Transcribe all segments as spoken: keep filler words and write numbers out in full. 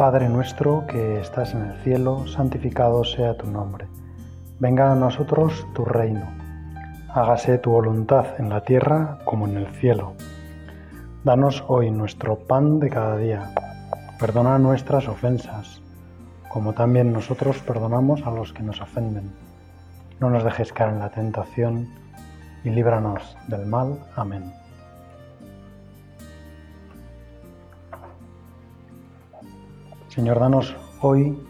Padre nuestro que estás en el cielo, santificado sea tu nombre. Venga a nosotros tu reino. Hágase tu voluntad en la tierra como en el cielo. Danos hoy nuestro pan de cada día. Perdona nuestras ofensas, como también nosotros perdonamos a los que nos ofenden. No nos dejes caer en la tentación y líbranos del mal. Amén. Señor, danos hoy,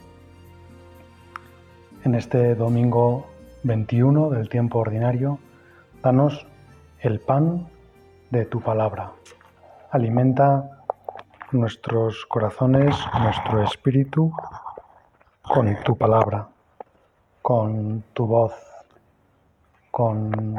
en este domingo veintiuno del tiempo ordinario, danos el pan de tu palabra. Alimenta nuestros corazones, nuestro espíritu con tu palabra, con tu voz, con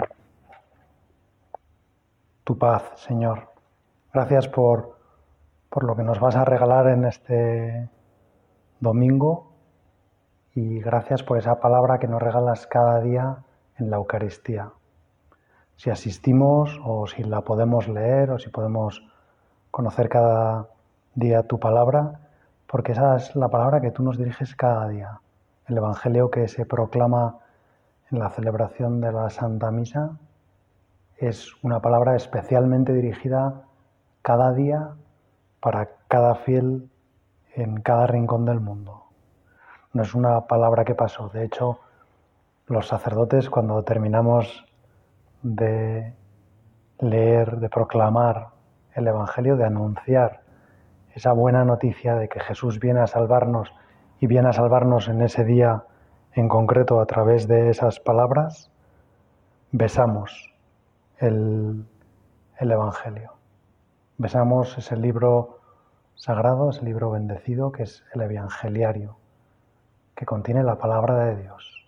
tu paz, Señor. Gracias por, por lo que nos vas a regalar en este domingo y gracias por esa palabra que nos regalas cada día en la Eucaristía. Si asistimos o si la podemos leer o si podemos conocer cada día tu palabra, porque esa es la palabra que tú nos diriges cada día. El Evangelio que se proclama en la celebración de la Santa Misa es una palabra especialmente dirigida cada día para cada fiel en cada rincón del mundo. No es una palabra que pasó. De hecho, los sacerdotes, cuando terminamos de leer, de proclamar el Evangelio, de anunciar esa buena noticia de que Jesús viene a salvarnos y viene a salvarnos en ese día en concreto a través de esas palabras, besamos el, el Evangelio. Besamos ese libro sagrado, ese libro bendecido que es el Evangeliario, que contiene la palabra de Dios.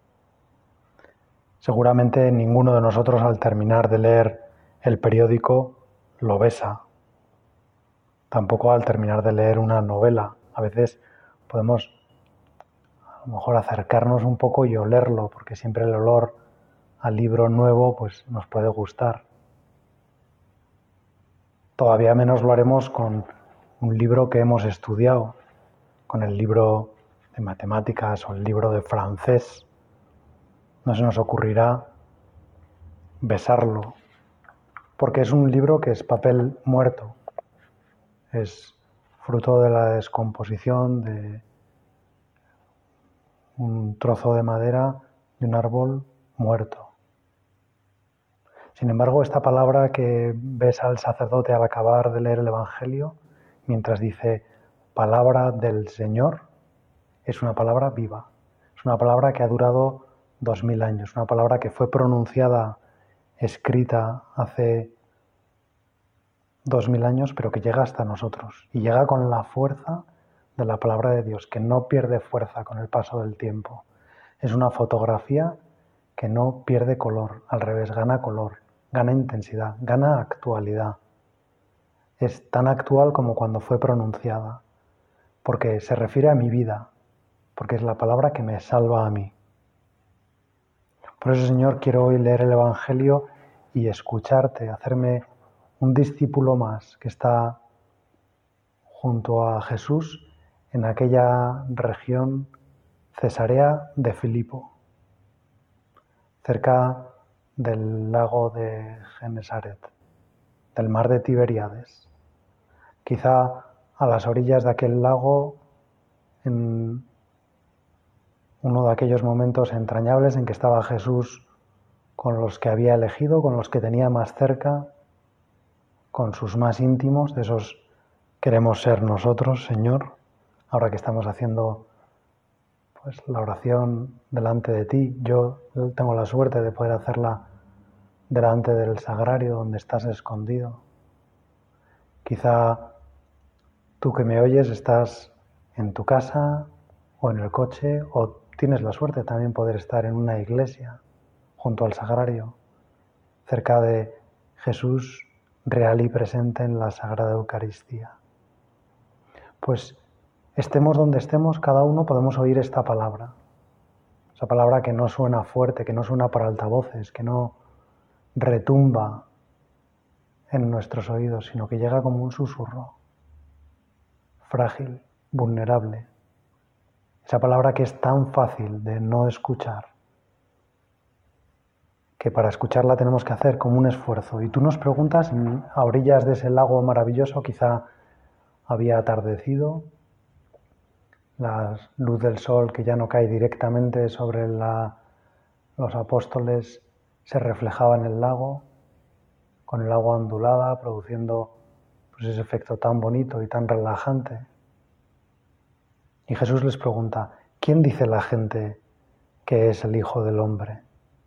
Seguramente ninguno de nosotros al terminar de leer el periódico lo besa. Tampoco al terminar de leer una novela. A veces podemos a lo mejor acercarnos un poco y olerlo, porque siempre el olor al libro nuevo pues, nos puede gustar. Todavía menos lo haremos con un libro que hemos estudiado, con el libro de matemáticas o el libro de francés. No se nos ocurrirá besarlo, porque es un libro que es papel muerto, es fruto de la descomposición de un trozo de madera de un árbol muerto. Sin embargo, esta palabra que besa al sacerdote al acabar de leer el Evangelio, mientras dice palabra del Señor, es una palabra viva, es una palabra que ha durado dos mil años, una palabra que fue pronunciada, escrita hace dos mil años, pero que llega hasta nosotros y llega con la fuerza de la palabra de Dios, que no pierde fuerza con el paso del tiempo. Es una fotografía que no pierde color, al revés, gana color, gana intensidad, gana actualidad. Es tan actual como cuando fue pronunciada, porque se refiere a mi vida, porque es la palabra que me salva a mí. Por eso, Señor, quiero hoy leer el Evangelio y escucharte, hacerme un discípulo más que está junto a Jesús en aquella región Cesarea de Filipo, cerca del lago de Genesaret, del mar de Tiberíades. Quizá a las orillas de aquel lago, en uno de aquellos momentos entrañables en que estaba Jesús con los que había elegido, con los que tenía más cerca, con sus más íntimos, de esos queremos ser nosotros, Señor, ahora que estamos haciendo pues, la oración delante de ti. Yo tengo la suerte de poder hacerla delante del sagrario donde estás escondido. Quizá tú que me oyes estás en tu casa o en el coche o tienes la suerte también poder estar en una iglesia junto al sagrario, cerca de Jesús real y presente en la Sagrada Eucaristía. Pues estemos donde estemos, cada uno podemos oír esta palabra. Esa palabra que no suena fuerte, que no suena para altavoces, que no retumba en nuestros oídos, sino que llega como un susurro, frágil, vulnerable. Esa palabra que es tan fácil de no escuchar, que para escucharla tenemos que hacer como un esfuerzo. Y tú nos preguntas, a orillas de ese lago maravilloso, quizá había atardecido, la luz del sol que ya no cae directamente sobre la, los apóstoles se reflejaba en el lago, con el agua ondulada, produciendo pues, ese efecto tan bonito y tan relajante. Y Jesús les pregunta, ¿quién dice la gente que es el Hijo del Hombre?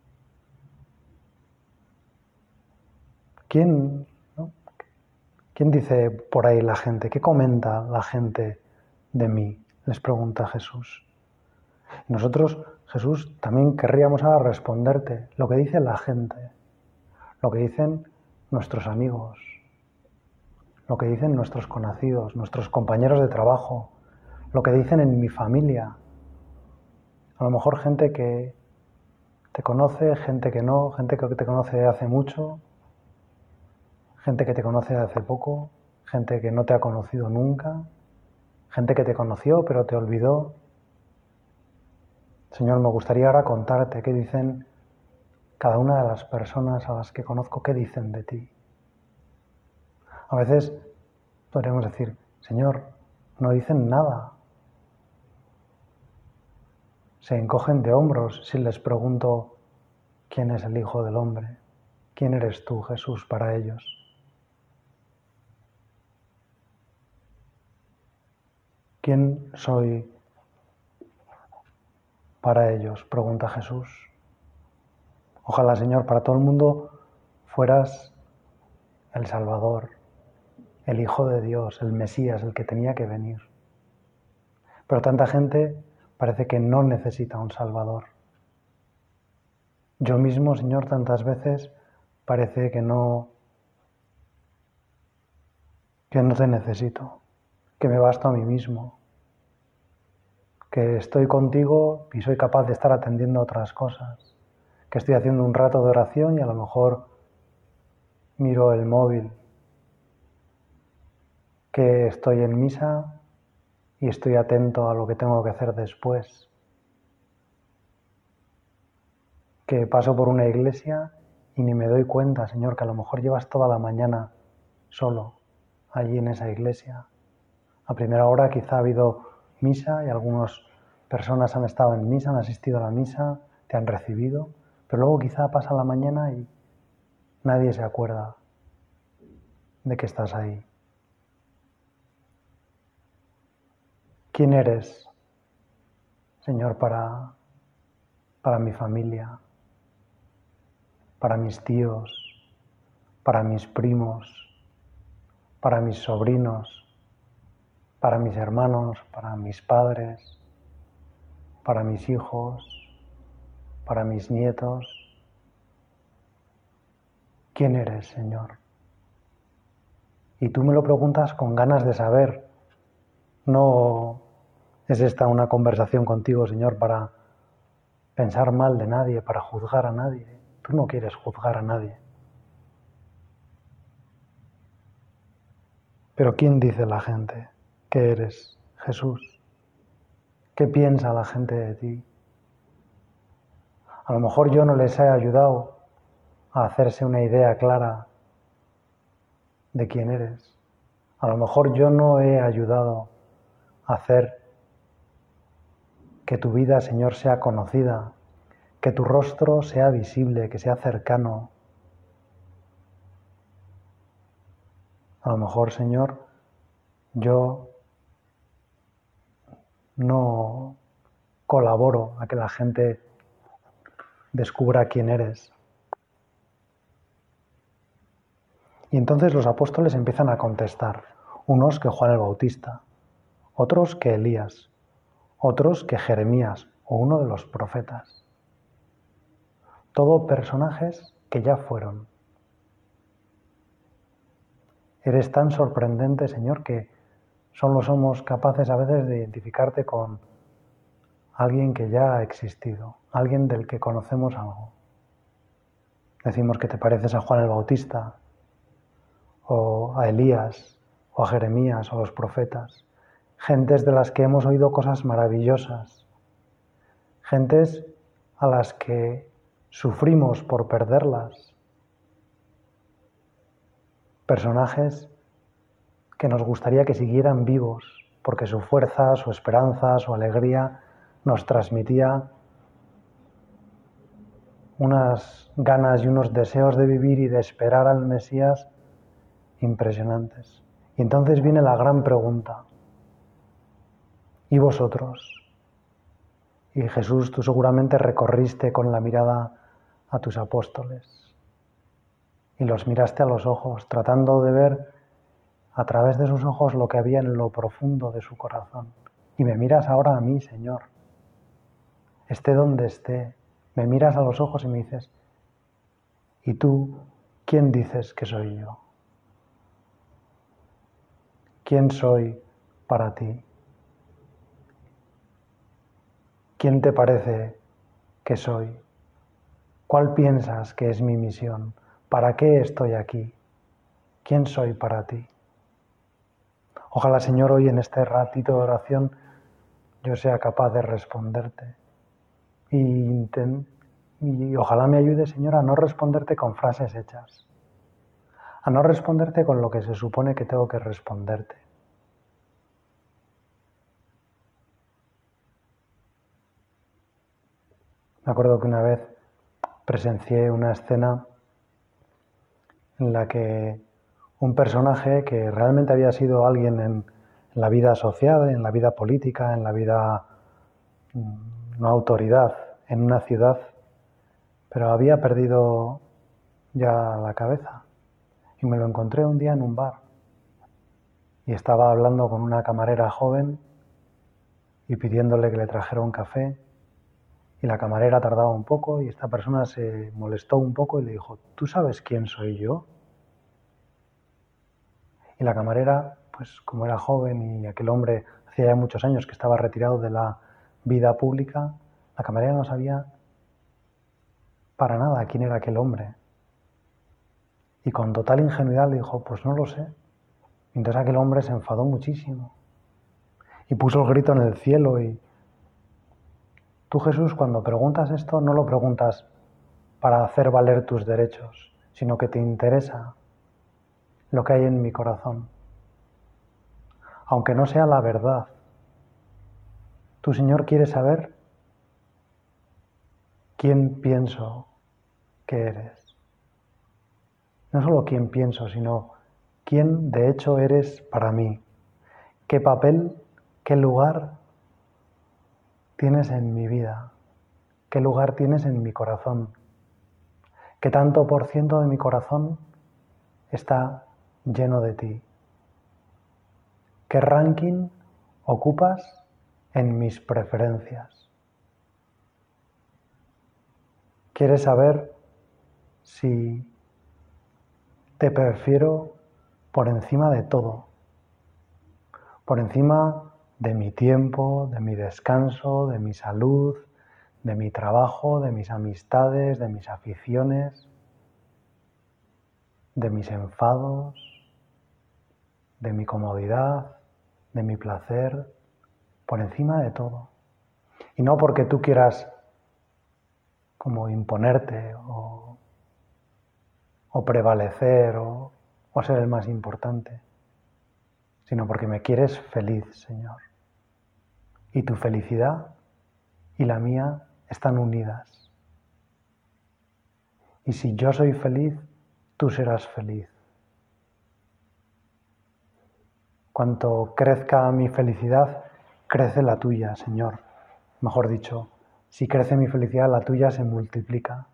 ¿Quién, ¿no? ¿Quién dice por ahí la gente? ¿Qué comenta la gente de mí? Les pregunta Jesús. Y nosotros, Jesús, también querríamos ahora responderte lo que dice la gente, lo que dicen nuestros amigos, lo que dicen nuestros conocidos, nuestros compañeros de trabajo, lo que dicen en mi familia. A lo mejor gente que te conoce, gente que no, gente que te conoce de hace mucho, gente que te conoce de hace poco, gente que no te ha conocido nunca, gente que te conoció pero te olvidó. Señor, me gustaría ahora contarte qué dicen cada una de las personas a las que conozco, qué dicen de ti. A veces podríamos decir, Señor, no dicen nada. Se encogen de hombros si les pregunto quién es el Hijo del Hombre, quién eres tú, Jesús, para ellos. ¿Quién soy para ellos? Pregunta Jesús. Ojalá, Señor, para todo el mundo fueras el Salvador, el Hijo de Dios, el Mesías, el que tenía que venir. Pero tanta gente parece que no necesita un Salvador. Yo mismo, Señor, tantas veces parece que no, que no te necesito, que me basto a mí mismo, que estoy contigo y soy capaz de estar atendiendo a otras cosas, que estoy haciendo un rato de oración y a lo mejor miro el móvil, que estoy en misa y estoy atento a lo que tengo que hacer después, que paso por una iglesia y ni me doy cuenta, Señor, que a lo mejor llevas toda la mañana solo allí en esa iglesia. A primera hora quizá ha habido misa y algunas personas han estado en misa, han asistido a la misa, te han recibido, pero luego quizá pasa la mañana y nadie se acuerda de que estás ahí. ¿Quién eres, Señor, para, para mi familia, para mis tíos, para mis primos, para mis sobrinos, para mis hermanos, para mis padres, para mis hijos, para mis nietos? ¿Quién eres, Señor? Y tú me lo preguntas con ganas de saber. No es esta una conversación contigo, Señor, para pensar mal de nadie, para juzgar a nadie. Tú no quieres juzgar a nadie. Pero ¿quién dice la gente que eres, Jesús? ¿Qué piensa la gente de ti? A lo mejor yo no les he ayudado a hacerse una idea clara de quién eres. A lo mejor yo no he ayudado a hacer que tu vida, Señor, sea conocida, que tu rostro sea visible, que sea cercano. A lo mejor, Señor, yo no colaboro a que la gente descubra quién eres. Y entonces los apóstoles empiezan a contestar, unos que Juan el Bautista, otros que Elías, otros que Jeremías o uno de los profetas. Todo personajes que ya fueron. Eres tan sorprendente, Señor, que solo somos capaces a veces de identificarte con alguien que ya ha existido, alguien del que conocemos algo. Decimos que te pareces a Juan el Bautista, o a Elías, o a Jeremías, o a los profetas. gentes de las que hemos oído cosas maravillosas, gentes a las que sufrimos por perderlas, personajes que nos gustaría que siguieran vivos, porque su fuerza, su esperanza, su alegría nos transmitía unas ganas y unos deseos de vivir y de esperar al Mesías impresionantes. Y entonces viene la gran pregunta: ¿y vosotros? Y Jesús, tú seguramente recorriste con la mirada a tus apóstoles y los miraste a los ojos, tratando de ver a través de sus ojos lo que había en lo profundo de su corazón. Y me miras ahora a mí, Señor. Esté donde esté, me miras a los ojos y me dices: ¿y tú quién dices que soy yo? ¿Quién soy para ti? ¿Quién te parece que soy? ¿Cuál piensas que es mi misión? ¿Para qué estoy aquí? ¿Quién soy para ti? Ojalá, Señor, hoy en este ratito de oración yo sea capaz de responderte. Y, y ojalá me ayude, Señor, a no responderte con frases hechas, a no responderte con lo que se supone que tengo que responderte. Me acuerdo que una vez presencié una escena en la que un personaje que realmente había sido alguien en la vida social, en la vida política, en la vida, no autoridad, en una ciudad, pero había perdido ya la cabeza. Y me lo encontré un día en un bar. Y estaba hablando con una camarera joven y pidiéndole que le trajera un café. Y la camarera tardaba un poco y esta persona se molestó un poco y le dijo: ¿tú sabes quién soy yo? Y la camarera, pues como era joven y aquel hombre hacía ya muchos años que estaba retirado de la vida pública, la camarera no sabía para nada quién era aquel hombre. Y con total ingenuidad le dijo: pues no lo sé. Y entonces aquel hombre se enfadó muchísimo y puso el grito en el cielo. Y tú, Jesús, cuando preguntas esto, no lo preguntas para hacer valer tus derechos, sino que te interesa lo que hay en mi corazón. Aunque no sea la verdad, tú, Señor, quieres saber quién pienso que eres. No solo quién pienso, sino quién de hecho eres para mí. ¿Qué papel, qué lugar tienes en mi vida? ¿Qué lugar tienes en mi corazón? ¿Qué tanto por ciento de mi corazón está lleno de ti? ¿Qué ranking ocupas en mis preferencias? ¿Quieres saber si te prefiero por encima de todo? Por encima de mi tiempo, de mi descanso, de mi salud, de mi trabajo, de mis amistades, de mis aficiones, de mis enfados, de mi comodidad, de mi placer, por encima de todo. Y no porque tú quieras como imponerte o, o prevalecer o, o ser el más importante, sino porque me quieres feliz, Señor. Y tu felicidad y la mía están unidas. Y si yo soy feliz, tú serás feliz. Cuanto crezca mi felicidad, crece la tuya, Señor. Mejor dicho, si crece mi felicidad, la tuya se multiplica.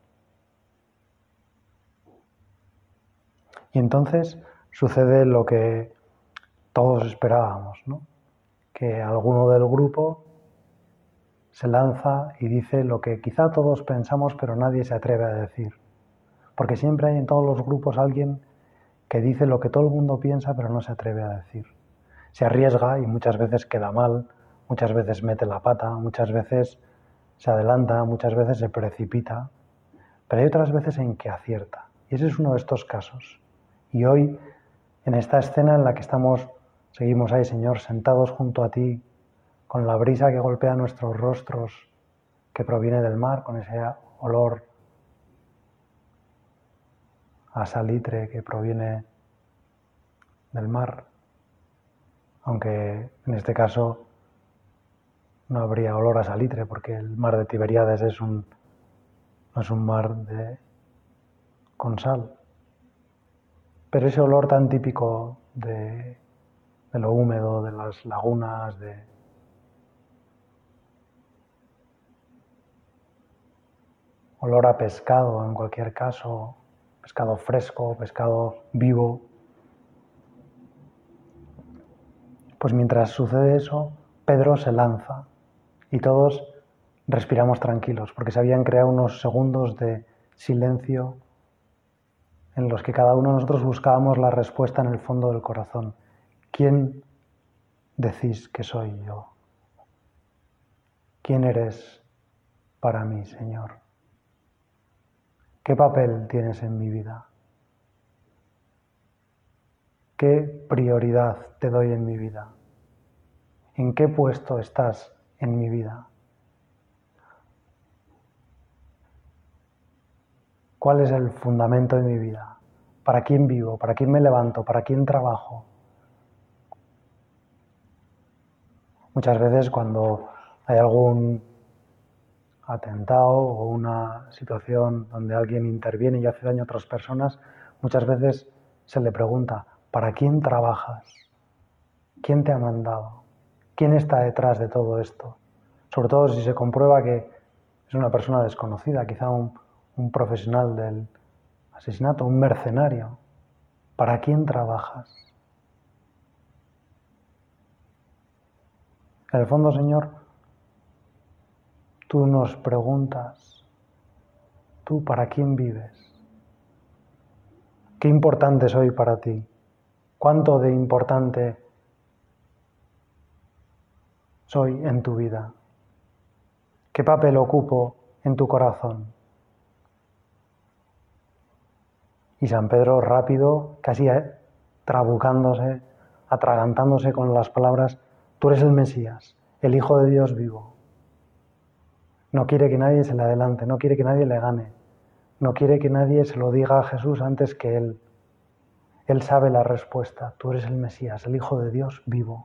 Y entonces sucede lo que todos esperábamos, ¿no? Que alguno del grupo se lanza y dice lo que quizá todos pensamos, pero nadie se atreve a decir. Porque siempre hay en todos los grupos alguien que dice lo que todo el mundo piensa, pero no se atreve a decir. Se arriesga y muchas veces queda mal, muchas veces mete la pata, muchas veces se adelanta, muchas veces se precipita, pero hay otras veces en que acierta. Y ese es uno de estos casos. Y hoy, en esta escena en la que estamos Seguimos ahí, Señor, sentados junto a ti, con la brisa que golpea nuestros rostros, que proviene del mar, con ese olor a salitre que proviene del mar, aunque en este caso no habría olor a salitre porque el mar de Tiberíades es un, no es un mar de, con sal, pero ese olor tan típico de, de lo húmedo, de las lagunas, de olor a pescado en cualquier caso, pescado fresco, pescado vivo. Pues mientras sucede eso, Pedro se lanza y todos respiramos tranquilos, porque se habían creado unos segundos de silencio en los que cada uno de nosotros buscábamos la respuesta en el fondo del corazón. ¿Quién decís que soy yo? ¿Quién eres para mí, Señor? ¿Qué papel tienes en mi vida? ¿Qué prioridad te doy en mi vida? ¿En qué puesto estás en mi vida? ¿Cuál es el fundamento de mi vida? ¿Para quién vivo? ¿Para quién me levanto? ¿Para quién trabajo? Muchas veces cuando hay algún atentado o una situación donde alguien interviene y hace daño a otras personas, muchas veces se le pregunta, ¿para quién trabajas? ¿Quién te ha mandado? ¿Quién está detrás de todo esto? Sobre todo si se comprueba que es una persona desconocida, quizá un, un profesional del asesinato, un mercenario. ¿Para quién trabajas? En el fondo, Señor, tú nos preguntas, ¿tú para quién vives? ¿Qué importante soy para ti? ¿Cuánto de importante soy en tu vida? ¿Qué papel ocupo en tu corazón? Y San Pedro, rápido, casi trabucándose, atragantándose con las palabras, tú eres el Mesías, el Hijo de Dios vivo. No quiere que nadie se le adelante, no quiere que nadie le gane, no quiere que nadie se lo diga a Jesús antes que él. Él sabe la respuesta, tú eres el Mesías, el Hijo de Dios vivo.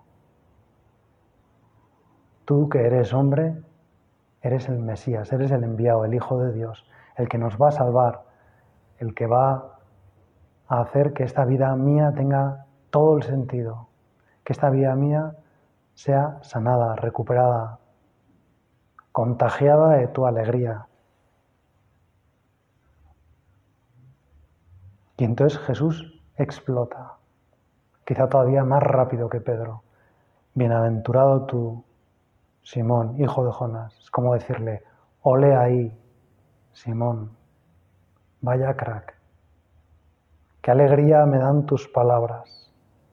Tú que eres hombre, eres el Mesías, eres el enviado, el Hijo de Dios, el que nos va a salvar, el que va a hacer que esta vida mía tenga todo el sentido, que esta vida mía sea sanada, recuperada, contagiada de tu alegría. Y entonces Jesús explota, quizá todavía más rápido que Pedro. Bienaventurado tú, Simón, hijo de Jonás. Es como decirle, ole ahí, Simón, vaya crack. Qué alegría me dan tus palabras.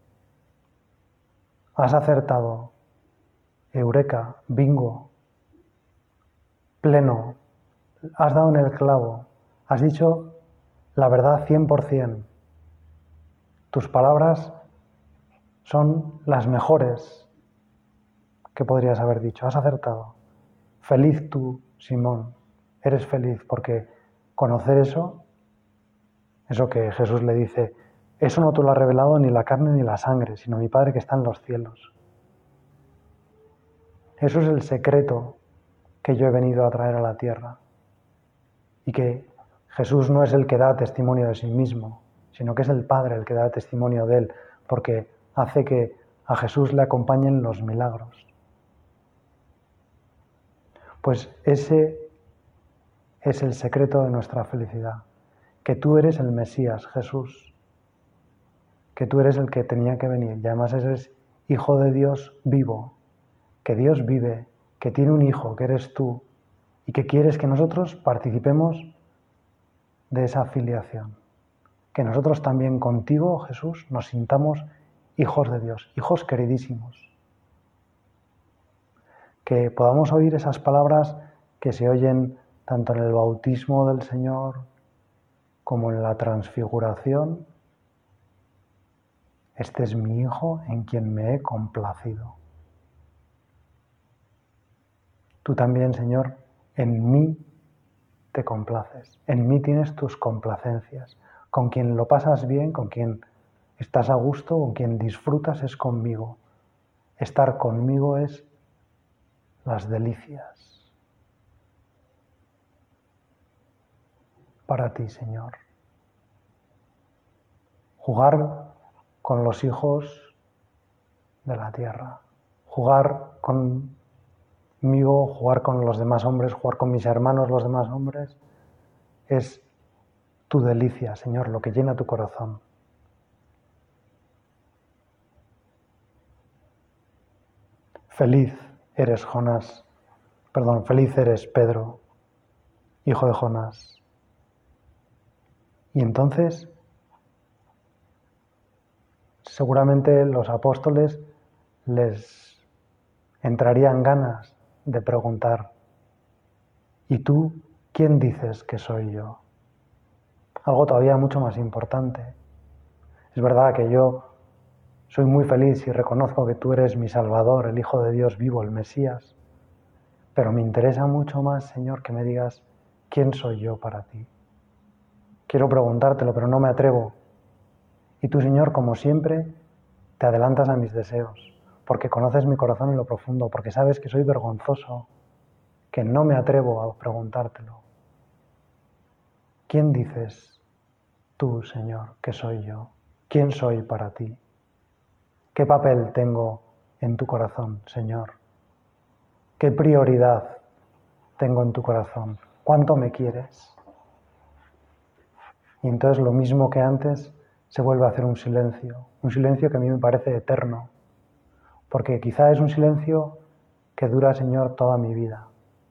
Has acertado. Eureka, bingo, pleno. Has dado en el clavo. Has dicho la verdad cien por ciento. Tus palabras son las mejores que podrías haber dicho. Has acertado. Feliz tú, Simón. Eres feliz porque conocer eso, eso que Jesús le dice, eso no te lo ha revelado ni la carne ni la sangre, sino mi Padre que está en los cielos. Eso es el secreto que yo he venido a traer a la tierra. Y que Jesús no es el que da testimonio de sí mismo, sino que es el Padre el que da testimonio de él, porque hace que a Jesús le acompañen los milagros. Pues ese es el secreto de nuestra felicidad, que tú eres el Mesías, Jesús, que tú eres el que tenía que venir, y además eres Hijo de Dios vivo, que Dios vive, que tiene un Hijo, que eres tú, y que quieres que nosotros participemos de esa filiación, que nosotros también contigo, Jesús, nos sintamos hijos de Dios, hijos queridísimos. Que podamos oír esas palabras que se oyen tanto en el bautismo del Señor como en la transfiguración, Este es mi Hijo en quien me he complacido. Tú también, Señor, en mí te complaces, en mí tienes tus complacencias. Con quien lo pasas bien, con quien estás a gusto, con quien disfrutas es conmigo. Estar conmigo es las delicias. Para ti, Señor. Jugar con los hijos de la tierra. Jugar conmigo, jugar con los demás hombres, jugar con mis hermanos, los demás hombres, es tu delicia, Señor, lo que llena tu corazón. Feliz eres Jonás, perdón, feliz eres Pedro, hijo de Jonás. Y entonces, seguramente los apóstoles les entrarían ganas de preguntar, ¿y tú quién dices que soy yo? Algo todavía mucho más importante. Es verdad que yo soy muy feliz y reconozco que tú eres mi Salvador, el Hijo de Dios vivo, el Mesías. Pero me interesa mucho más, Señor, que me digas quién soy yo para ti. Quiero preguntártelo, pero no me atrevo. Y tú, Señor, como siempre, te adelantas a mis deseos, porque conoces mi corazón en lo profundo, porque sabes que soy vergonzoso, que no me atrevo a preguntártelo. ¿Quién dices tú, Señor, que soy yo? ¿Quién soy para ti? ¿Qué papel tengo en tu corazón, Señor? ¿Qué prioridad tengo en tu corazón? ¿Cuánto me quieres? Y entonces lo mismo que antes se vuelve a hacer un silencio, un silencio que a mí me parece eterno, porque quizá es un silencio que dura, Señor, toda mi vida,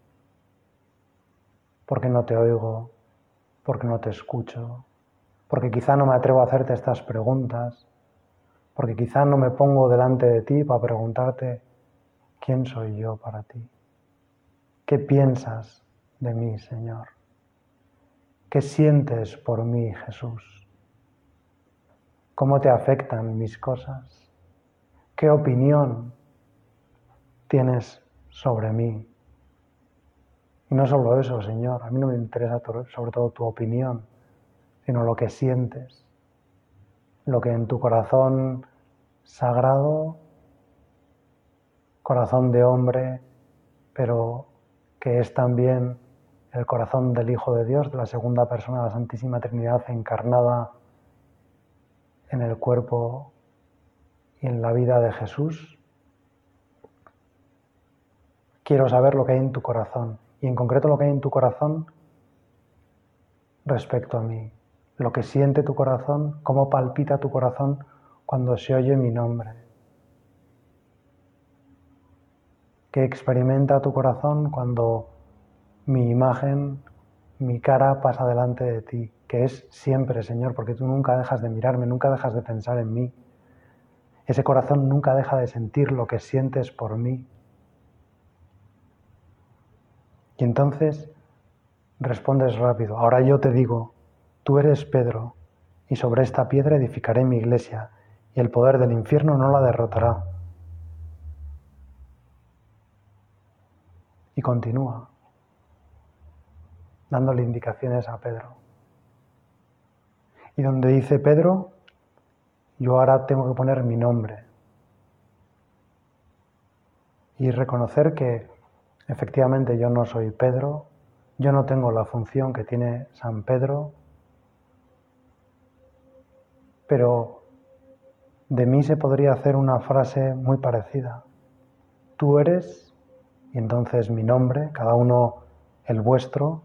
porque no te oigo, porque no te escucho, porque quizá no me atrevo a hacerte estas preguntas, porque quizá no me pongo delante de ti para preguntarte quién soy yo para ti, qué piensas de mí, Señor, qué sientes por mí, Jesús, cómo te afectan mis cosas, qué opinión tienes sobre mí. Y no solo eso, Señor, a mí no me interesa sobre todo tu opinión, sino lo que sientes, lo que en tu corazón sagrado, corazón de hombre, pero que es también el corazón del Hijo de Dios, de la segunda persona de la Santísima Trinidad encarnada en el cuerpo y en la vida de Jesús. Quiero saber lo que hay en tu corazón, y en concreto lo que hay en tu corazón respecto a mí, lo que siente tu corazón, cómo palpita tu corazón cuando se oye mi nombre. ¿Qué experimenta tu corazón cuando mi imagen, mi cara pasa delante de ti? Que es siempre, Señor, porque tú nunca dejas de mirarme, nunca dejas de pensar en mí. Ese corazón nunca deja de sentir lo que sientes por mí. Y entonces respondes rápido. Ahora yo te digo, tú eres Pedro, y sobre esta piedra edificaré mi iglesia, y el poder del infierno no la derrotará. Y continúa, dándole indicaciones a Pedro. Y donde dice Pedro, yo ahora tengo que poner mi nombre. Y reconocer que efectivamente yo no soy Pedro, yo no tengo la función que tiene San Pedro, pero de mí se podría hacer una frase muy parecida. Tú eres, y entonces mi nombre, cada uno el vuestro,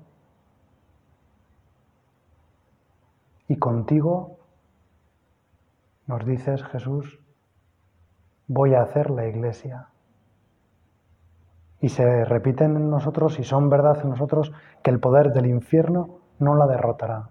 y contigo, nos dices, Jesús, voy a hacer la iglesia. Y se repiten en nosotros y son verdad en nosotros que el poder del infierno no la derrotará.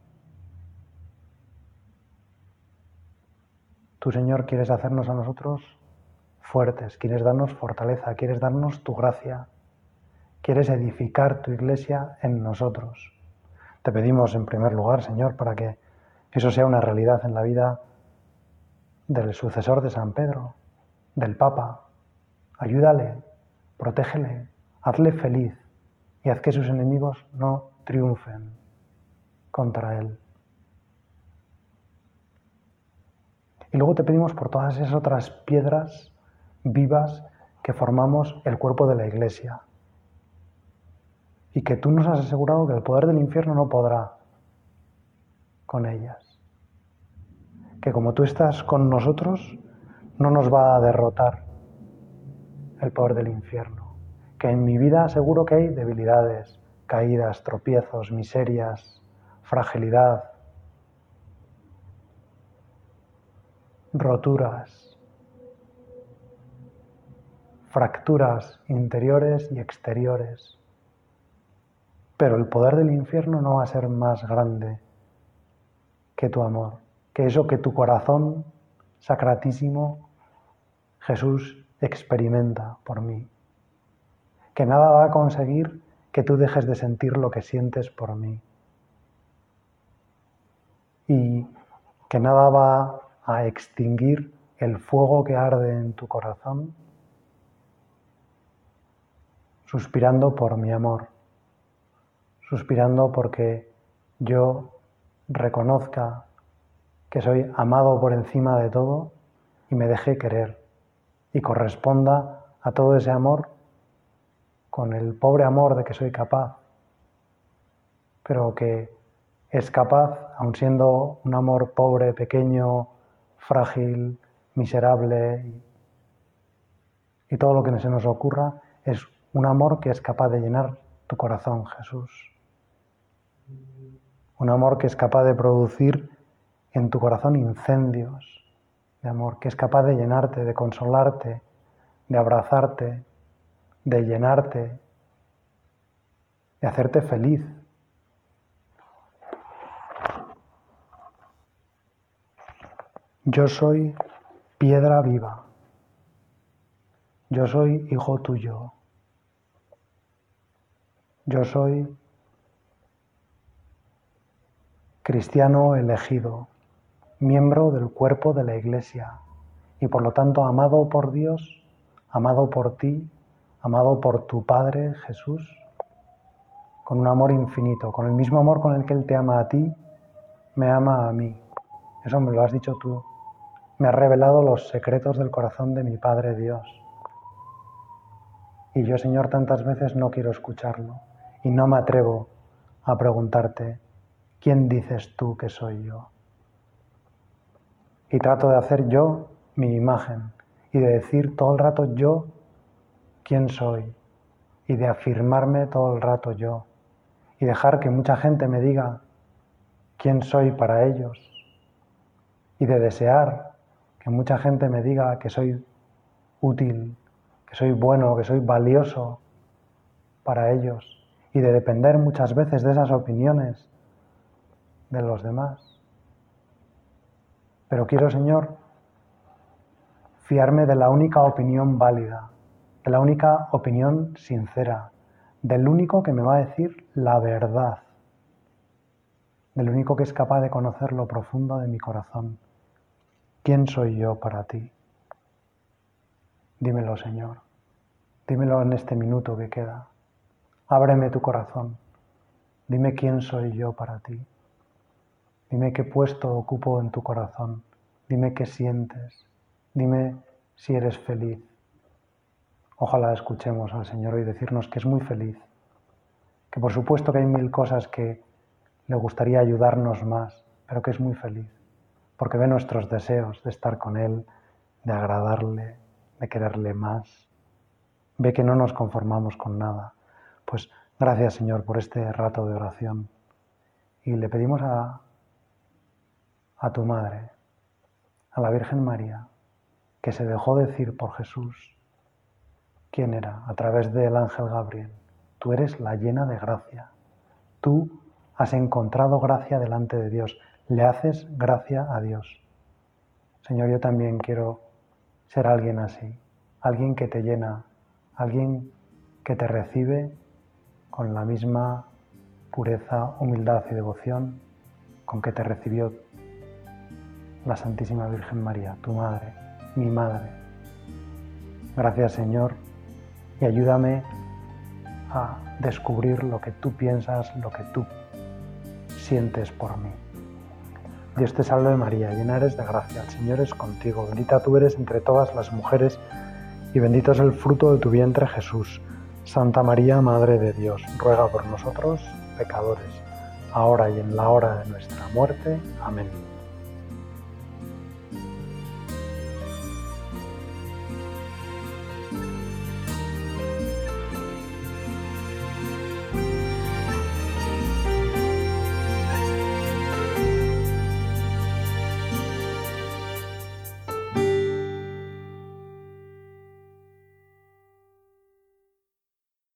Tú, Señor, quieres hacernos a nosotros fuertes, quieres darnos fortaleza, quieres darnos tu gracia, quieres edificar tu iglesia en nosotros. Te pedimos en primer lugar, Señor, para que eso sea una realidad en la vida del sucesor de San Pedro, del Papa. Ayúdale, protégele, hazle feliz y haz que sus enemigos no triunfen contra él. Y luego te pedimos por todas esas otras piedras vivas que formamos el cuerpo de la Iglesia y que tú nos has asegurado que el poder del infierno no podrá con ellas. Que como tú estás con nosotros, no nos va a derrotar el poder del infierno. Que en mi vida seguro que hay debilidades, caídas, tropiezos, miserias, fragilidad, roturas, fracturas interiores y exteriores. Pero el poder del infierno no va a ser más grande que tu amor, que eso que tu corazón sacratísimo, Jesús, experimenta por mí. Que nada va a conseguir que tú dejes de sentir lo que sientes por mí. Y que nada va a extinguir el fuego que arde en tu corazón, suspirando por mi amor, suspirando porque yo reconozca que soy amado por encima de todo y me deje querer y corresponda a todo ese amor con el pobre amor de que soy capaz, pero que es capaz, aun siendo un amor pobre, pequeño, frágil, miserable y, y todo lo que se nos ocurra, es un amor que es capaz de llenar tu corazón, Jesús. Un amor que es capaz de producir en tu corazón incendios de amor, que es capaz de llenarte, de consolarte, de abrazarte, de llenarte, de hacerte feliz. Yo soy piedra viva. Yo soy hijo tuyo. Yo soy cristiano elegido, miembro del cuerpo de la Iglesia y por lo tanto amado por Dios, amado por ti, amado por tu Padre Jesús, con un amor infinito, con el mismo amor con el que Él te ama a ti, me ama a mí. Eso me lo has dicho tú. Me has revelado los secretos del corazón de mi Padre Dios. Y yo, Señor, tantas veces no quiero escucharlo y no me atrevo a preguntarte, ¿quién dices tú que soy yo? Y trato de hacer yo mi imagen y de decir todo el rato yo quién soy y de afirmarme todo el rato yo y dejar que mucha gente me diga quién soy para ellos y de desear que mucha gente me diga que soy útil, que soy bueno, que soy valioso para ellos y de depender muchas veces de esas opiniones de los demás. Pero quiero, Señor, fiarme de la única opinión válida, de la única opinión sincera, del único que me va a decir la verdad, del único que es capaz de conocer lo profundo de mi corazón. ¿Quién soy yo para ti? Dímelo, Señor. Dímelo en este minuto que queda. Ábreme tu corazón. Dime quién soy yo para ti. Dime qué puesto ocupo en tu corazón. Dime qué sientes. Dime si eres feliz. Ojalá escuchemos al Señor hoy decirnos que es muy feliz. Que por supuesto que hay mil cosas que le gustaría ayudarnos más, pero que es muy feliz. Porque ve nuestros deseos de estar con Él, de agradarle, de quererle más. Ve que no nos conformamos con nada. Pues gracias, Señor, por este rato de oración. Y le pedimos a, a tu Madre, a la Virgen María, que se dejó decir por Jesús quién era a través del ángel Gabriel. Tú eres la llena de gracia. Tú has encontrado gracia delante de Dios. Le haces gracia a Dios. Señor, yo también quiero ser alguien así. Alguien que te llena. Alguien que te recibe con la misma pureza, humildad y devoción con que te recibió la Santísima Virgen María, tu Madre, mi Madre. Gracias, Señor, y ayúdame a descubrir lo que tú piensas, lo que tú sientes por mí. Dios te salve María, llena eres de gracia, el Señor es contigo, bendita tú eres entre todas las mujeres y bendito es el fruto de tu vientre Jesús. Santa María, Madre de Dios, ruega por nosotros, pecadores, ahora y en la hora de nuestra muerte. Amén.